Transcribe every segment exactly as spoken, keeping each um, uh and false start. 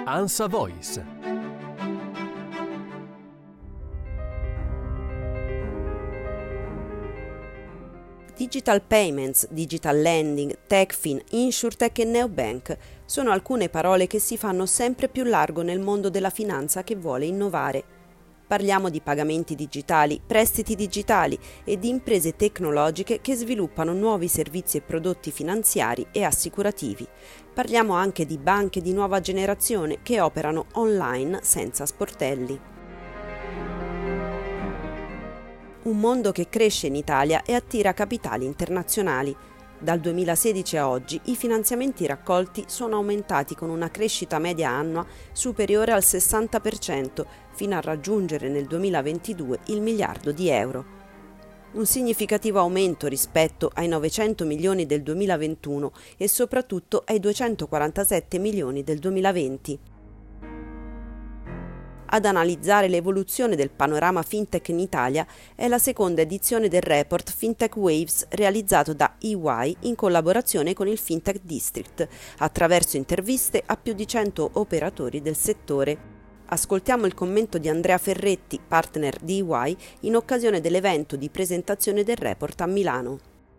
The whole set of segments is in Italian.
ANSA Voice. Digital payments, digital lending, Techfin, Insurtech e Neobank sono alcune parole che si fanno sempre più largo nel mondo della finanza che vuole innovare. Parliamo di pagamenti digitali, prestiti digitali e di imprese tecnologiche che sviluppano nuovi servizi e prodotti finanziari e assicurativi. Parliamo anche di banche di nuova generazione che operano online senza sportelli. Un mondo che cresce in Italia e attira capitali internazionali. Dal duemilasedici a oggi i finanziamenti raccolti sono aumentati con una crescita media annua superiore al sessanta per cento, fino a raggiungere nel duemilaventidue il miliardo di euro. Un significativo aumento rispetto ai novecento milioni del duemilaventuno e soprattutto ai duecentoquarantasette milioni del duemilaventi. Ad analizzare l'evoluzione del panorama fintech in Italia è la seconda edizione del report Fintech Waves realizzato da E Y in collaborazione con il Fintech District, attraverso interviste a più di cento operatori del settore. Ascoltiamo il commento di Andrea Ferretti, partner di E Y, in occasione dell'evento di presentazione del report a Milano.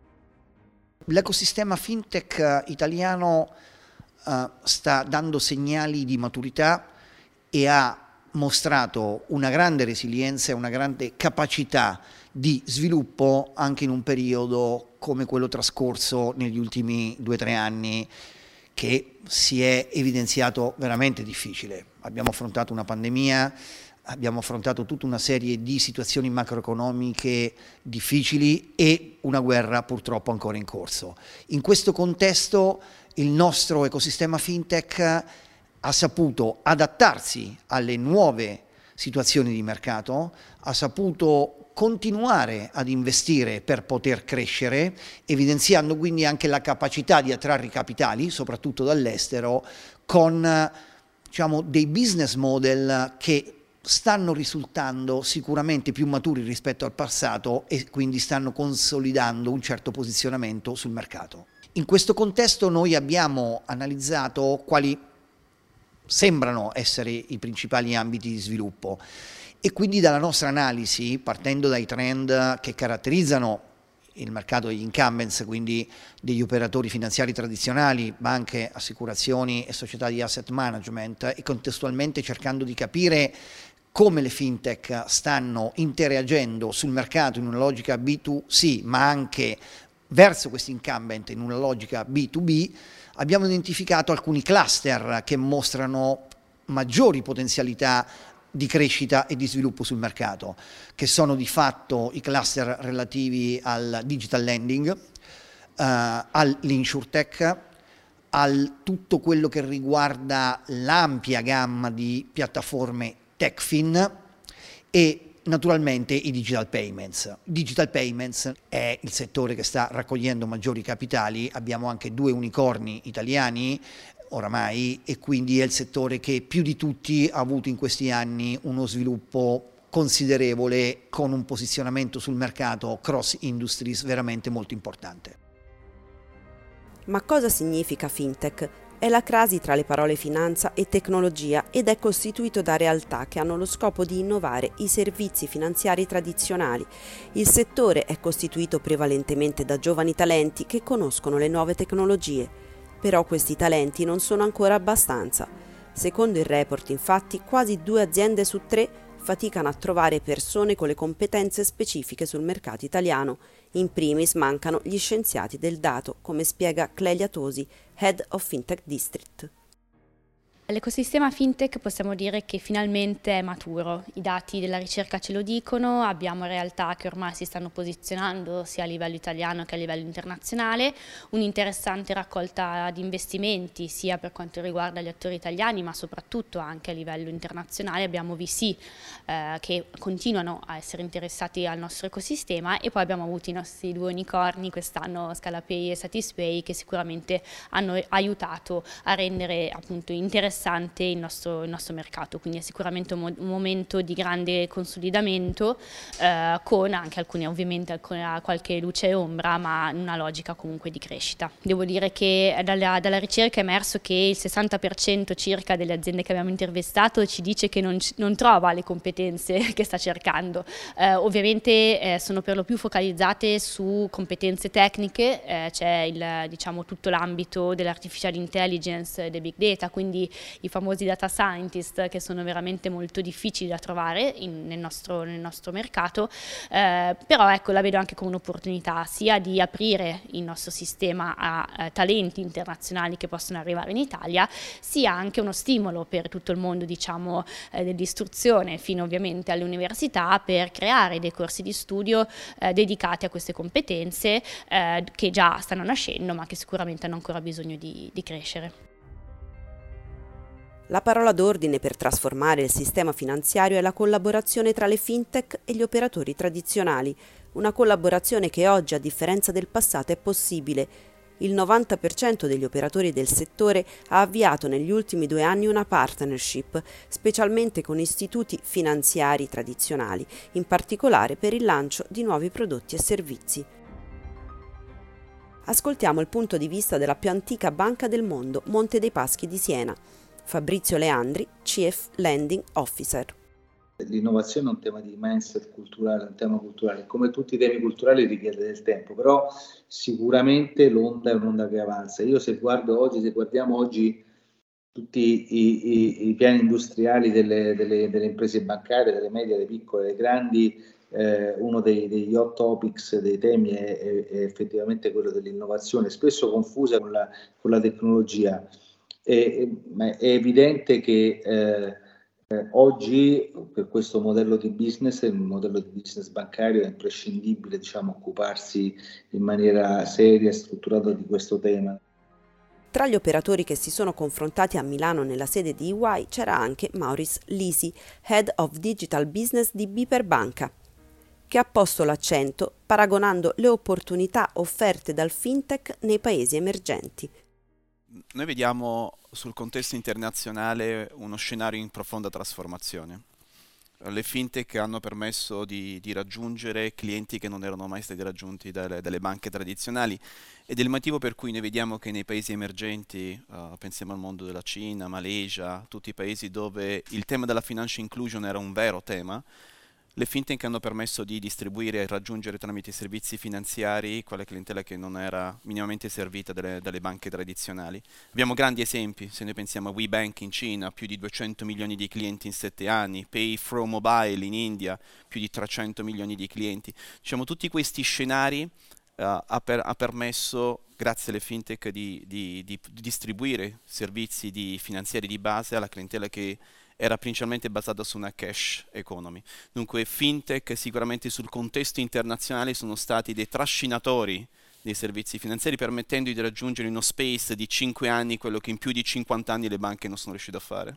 L'ecosistema fintech italiano uh, sta dando segnali di maturità e ha mostrato una grande resilienza e una grande capacità di sviluppo anche in un periodo come quello trascorso negli ultimi due o tre anni, che si è evidenziato veramente difficile. Abbiamo affrontato una pandemia, abbiamo affrontato tutta una serie di situazioni macroeconomiche difficili e una guerra purtroppo ancora in corso. In questo contesto il nostro ecosistema fintech ha saputo adattarsi alle nuove situazioni di mercato, ha saputo continuare ad investire per poter crescere, evidenziando quindi anche la capacità di attrarre i capitali, soprattutto dall'estero, con diciamo, dei business model che stanno risultando sicuramente più maturi rispetto al passato e quindi stanno consolidando un certo posizionamento sul mercato. In questo contesto noi abbiamo analizzato quali sembrano essere i principali ambiti di sviluppo e quindi dalla nostra analisi, partendo dai trend che caratterizzano il mercato degli incumbents, quindi degli operatori finanziari tradizionali, banche, assicurazioni e società di asset management, e contestualmente cercando di capire come le fintech stanno interagendo sul mercato in una logica B due C, ma anche verso questi incumbent in una logica B due B, abbiamo identificato alcuni cluster che mostrano maggiori potenzialità di crescita e di sviluppo sul mercato, che sono di fatto i cluster relativi al digital lending, uh, all'insurtech, al tutto quello che riguarda l'ampia gamma di piattaforme Techfin e naturalmente i digital payments. Digital payments è il settore che sta raccogliendo maggiori capitali, abbiamo anche due unicorni italiani oramai e quindi è il settore che più di tutti ha avuto in questi anni uno sviluppo considerevole con un posizionamento sul mercato cross industries veramente molto importante. Ma cosa significa fintech? È la crasi tra le parole finanza e tecnologia ed è costituito da realtà che hanno lo scopo di innovare i servizi finanziari tradizionali. Il settore è costituito prevalentemente da giovani talenti che conoscono le nuove tecnologie, però questi talenti non sono ancora abbastanza. Secondo il report, infatti, quasi due aziende su tre faticano a trovare persone con le competenze specifiche sul mercato italiano. In primis mancano gli scienziati del dato, come spiega Clelia Tosi, Head of Fintech District. L'ecosistema fintech possiamo dire che finalmente è maturo, i dati della ricerca ce lo dicono, abbiamo realtà che ormai si stanno posizionando sia a livello italiano che a livello internazionale, un'interessante raccolta di investimenti sia per quanto riguarda gli attori italiani ma soprattutto anche a livello internazionale, abbiamo V C eh, che continuano a essere interessati al nostro ecosistema e poi abbiamo avuto i nostri due unicorni quest'anno, Scalapay e Satispay, che sicuramente hanno aiutato a rendere appunto interessante interessante il nostro, il nostro mercato, quindi è sicuramente un, mo- un momento di grande consolidamento eh, con anche alcune, ovviamente alcune, qualche luce e ombra, ma una logica comunque di crescita. Devo dire che dalla, dalla ricerca è emerso che il sessanta per cento circa delle aziende che abbiamo intervistato ci dice che non, non trova le competenze che sta cercando. Eh, ovviamente eh, sono per lo più focalizzate su competenze tecniche, eh, c'è il, diciamo, tutto l'ambito dell'artificial intelligence e dei big data, quindi i famosi data scientist, che sono veramente molto difficili da trovare in, nel, nostro, nel nostro mercato, eh, però ecco, la vedo anche come un'opportunità sia di aprire il nostro sistema a eh, talenti internazionali che possono arrivare in Italia, sia anche uno stimolo per tutto il mondo, diciamo, eh, dell'istruzione, fino ovviamente alle università, per creare dei corsi di studio eh, dedicati a queste competenze eh, che già stanno nascendo, ma che sicuramente hanno ancora bisogno di, di crescere. La parola d'ordine per trasformare il sistema finanziario è la collaborazione tra le fintech e gli operatori tradizionali, una collaborazione che oggi, a differenza del passato, è possibile. Il novanta per cento degli operatori del settore ha avviato negli ultimi due anni una partnership, specialmente con istituti finanziari tradizionali, in particolare per il lancio di nuovi prodotti e servizi. Ascoltiamo il punto di vista della più antica banca del mondo, Monte dei Paschi di Siena. Fabrizio Leandri, Chief Lending Officer. L'innovazione è un tema di mindset culturale, un tema culturale. Come tutti i temi culturali richiede del tempo, però sicuramente l'onda è un'onda che avanza. Io se guardo oggi, se guardiamo oggi tutti i, i, i piani industriali delle, delle, delle imprese bancarie, delle medie, delle piccole, delle grandi, eh, uno dei, degli hot topics, dei temi è, è, è effettivamente quello dell'innovazione, spesso confusa con la, con la tecnologia. È, è, è evidente che eh, eh, oggi per questo modello di business, il modello di business bancario, è imprescindibile, diciamo, occuparsi in maniera seria e strutturata di questo tema. Tra gli operatori che si sono confrontati a Milano nella sede di E Y c'era anche Maurice Lisi, Head of Digital Business di Biper Banca, che ha posto l'accento paragonando le opportunità offerte dal fintech nei paesi emergenti. Noi vediamo sul contesto internazionale uno scenario in profonda trasformazione. Le fintech hanno permesso di, di raggiungere clienti che non erano mai stati raggiunti dalle, dalle banche tradizionali, ed è il motivo per cui noi vediamo che nei paesi emergenti, uh, pensiamo al mondo della Cina, Malesia, tutti i paesi dove il tema della financial inclusion era un vero tema, le fintech hanno permesso di distribuire e raggiungere tramite servizi finanziari quella clientela che non era minimamente servita dalle, dalle banche tradizionali. Abbiamo grandi esempi, se noi pensiamo a WeBank in Cina, più di duecento milioni di clienti in sette anni, PayFlow Mobile in India, più di trecento milioni di clienti. Diciamo, tutti questi scenari uh, ha, per, ha permesso, grazie alle fintech, di, di, di, di distribuire servizi di finanziari di base alla clientela che era principalmente basata su una cash economy. Dunque fintech sicuramente sul contesto internazionale sono stati dei trascinatori dei servizi finanziari, permettendo di raggiungere in uno space di cinque anni quello che in più di cinquanta anni le banche non sono riuscite a fare.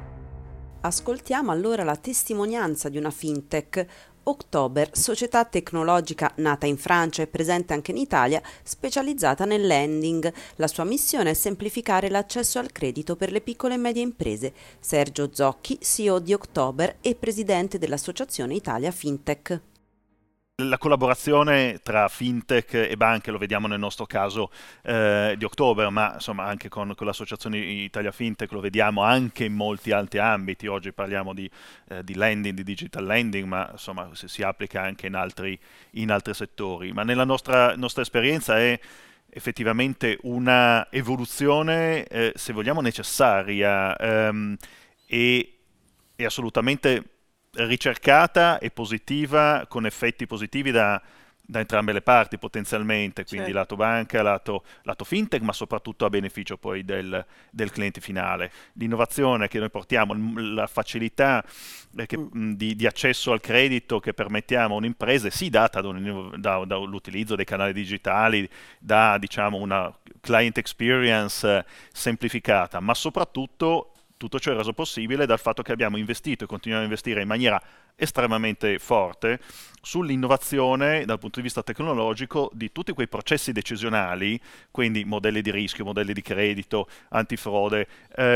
Ascoltiamo allora la testimonianza di una fintech, October, società tecnologica nata in Francia e presente anche in Italia, specializzata nel lending. La sua missione è semplificare l'accesso al credito per le piccole e medie imprese. Sergio Zocchi, C E O di October e presidente dell'Associazione Italia Fintech. La collaborazione tra fintech e banche lo vediamo nel nostro caso eh, di October, ma insomma anche con, con l'associazione Italia Fintech lo vediamo anche in molti altri ambiti. Oggi parliamo di, eh, di lending, di digital lending, ma insomma si, si applica anche in altri, in altri settori. Ma nella nostra, nostra esperienza è effettivamente una evoluzione, eh, se vogliamo, necessaria ehm, e, e assolutamente ricercata e positiva, con effetti positivi da, da entrambe le parti potenzialmente, quindi certo, lato banca, lato, lato fintech, ma soprattutto a beneficio poi del, del cliente finale. L'innovazione che noi portiamo, la facilità eh, che, mh, di, di accesso al credito che permettiamo a un'impresa, sì, data da, dall'utilizzo dei canali digitali, da diciamo una client experience eh, semplificata, ma soprattutto tutto ciò è reso possibile dal fatto che abbiamo investito e continuiamo a investire in maniera estremamente forte sull'innovazione dal punto di vista tecnologico di tutti quei processi decisionali, quindi modelli di rischio, modelli di credito, antifrode, eh,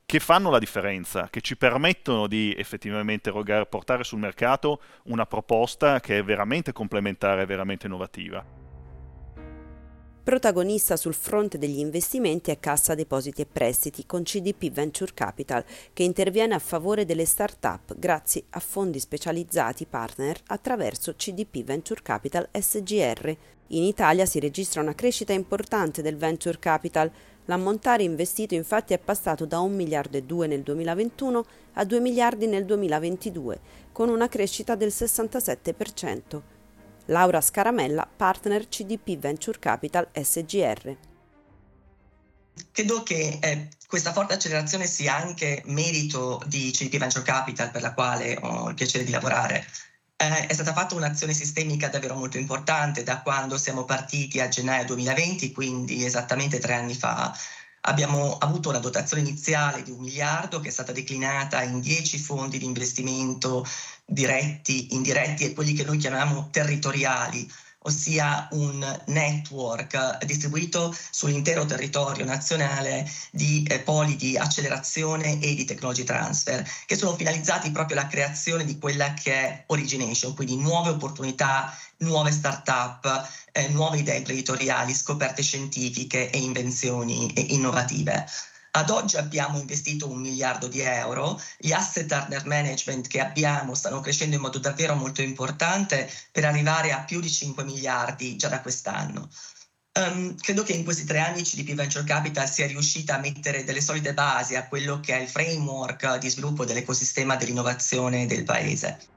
che fanno la differenza, che ci permettono di effettivamente erogare, portare sul mercato una proposta che è veramente complementare, veramente innovativa. Protagonista sul fronte degli investimenti è Cassa Depositi e Prestiti con C D P Venture Capital, che interviene a favore delle start-up grazie a fondi specializzati partner attraverso C D P Venture Capital S G R. In Italia si registra una crescita importante del venture capital. L'ammontare investito infatti è passato da un miliardo e due nel duemilaventuno a due miliardi nel duemilaventidue, con una crescita del sessantasette per cento. Laura Scaramella, partner C D P Venture Capital S G R. Credo che eh, questa forte accelerazione sia anche merito di C D P Venture Capital, per la quale ho il piacere di lavorare. Eh, è stata fatta un'azione sistemica davvero molto importante da quando siamo partiti a gennaio duemilaventi, quindi esattamente tre anni fa. Abbiamo avuto una dotazione iniziale di un miliardo che è stata declinata in dieci fondi di investimento diretti, indiretti e quelli che noi chiamiamo territoriali, ossia un network distribuito sull'intero territorio nazionale di eh, poli di accelerazione e di technology transfer, che sono finalizzati proprio alla creazione di quella che è origination, quindi nuove opportunità, nuove start-up, eh, nuove idee imprenditoriali, scoperte scientifiche e invenzioni innovative. Ad oggi abbiamo investito un miliardo di euro, gli asset under management che abbiamo stanno crescendo in modo davvero molto importante per arrivare a più di cinque miliardi già da quest'anno. Um, credo che in questi tre anni C D P Venture Capital sia riuscita a mettere delle solide basi a quello che è il framework di sviluppo dell'ecosistema dell'innovazione del paese.